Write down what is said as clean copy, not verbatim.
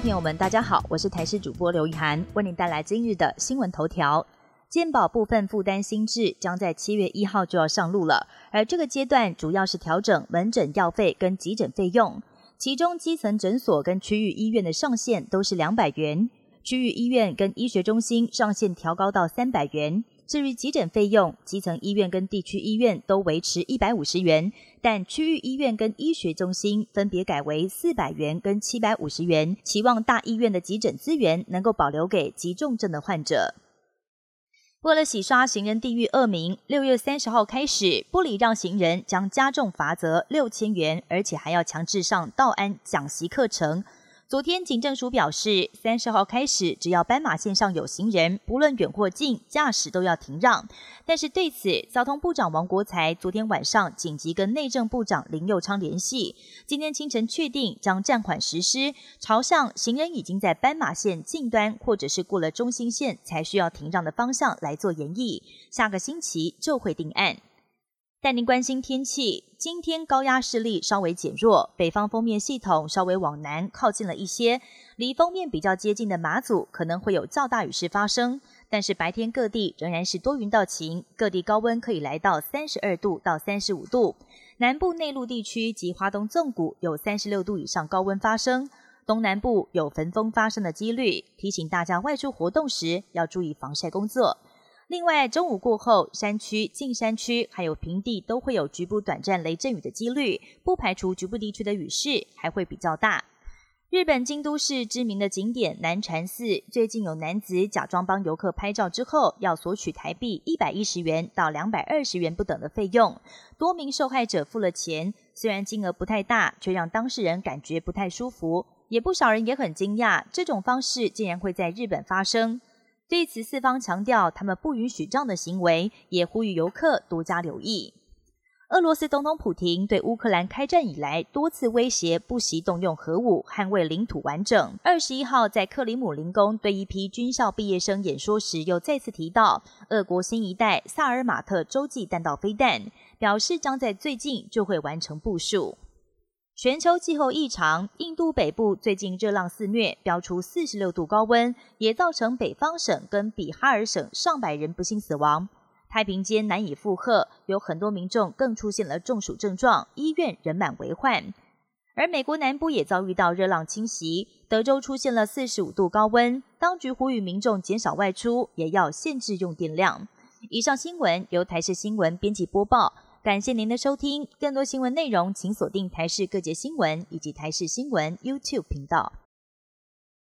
朋友们，大家好，我是台视主播刘一涵，为您带来今日的新闻头条。健保部分负担新制将在7月1号就要上路了，而这个阶段主要是调整门诊药费跟急诊费用，其中基层诊所跟区域医院的上限都是200元，区域医院跟医学中心上限调高到300元。至于急诊费用，基层医院跟地区医院都维持150元，但区域医院跟医学中心分别改为400元跟750元，期望大医院的急诊资源能够保留给急重症的患者。为了洗刷行人地狱恶名，6月30号开始，不礼让行人将加重罚则6000元，而且还要强制上道安讲习课程。昨天警政署表示，30号开始，只要斑马线上有行人，不论远或近，驾驶都要停让。但是对此，交通部长王国材昨天晚上紧急跟内政部长林右昌联系，今天清晨确定将暂缓实施，朝向行人已经在斑马线近端或者是过了中心线才需要停让的方向来做研议，下个星期就会定案。带您关心天气，今天高压势力稍微减弱，北方锋面系统稍微往南靠近了一些，离锋面比较接近的马祖可能会有较大雨势发生，但是白天各地仍然是多云到晴，各地高温可以来到32度到35度，南部内陆地区及花东纵谷有36度以上高温发生，东南部有焚风发生的几率，提醒大家外出活动时要注意防晒工作。另外，中午过后，山区、近山区还有平地都会有局部短暂雷阵雨的几率，不排除局部地区的雨势还会比较大。日本京都市知名的景点南禅寺，最近有男子假装帮游客拍照之后，要索取台币110元到220元不等的费用，多名受害者付了钱，虽然金额不太大，却让当事人感觉不太舒服，也不少人也很惊讶，这种方式竟然会在日本发生。对此，四方强调他们不允许这样的行为，也呼吁游客多加留意。俄罗斯总统普亭对乌克兰开战以来多次威胁不惜动用核武捍卫领土完整。21号在克里姆林宫对一批军校毕业生演说时，又再次提到俄国新一代萨尔马特洲际弹道飞弹，表示将在最近就会完成部署。全球气候异常，印度北部最近热浪肆虐，飙出46度高温，也造成北方省跟比哈尔省上百人不幸死亡。太平间难以负荷，有很多民众更出现了中暑症状，医院人满为患。而美国南部也遭遇到热浪侵袭，德州出现了45度高温，当局呼吁民众减少外出，也要限制用电量。以上新闻由台视新闻编辑播报。感谢您的收听，更多新闻内容请锁定台视各节新闻以及台视新闻 YouTube 频道。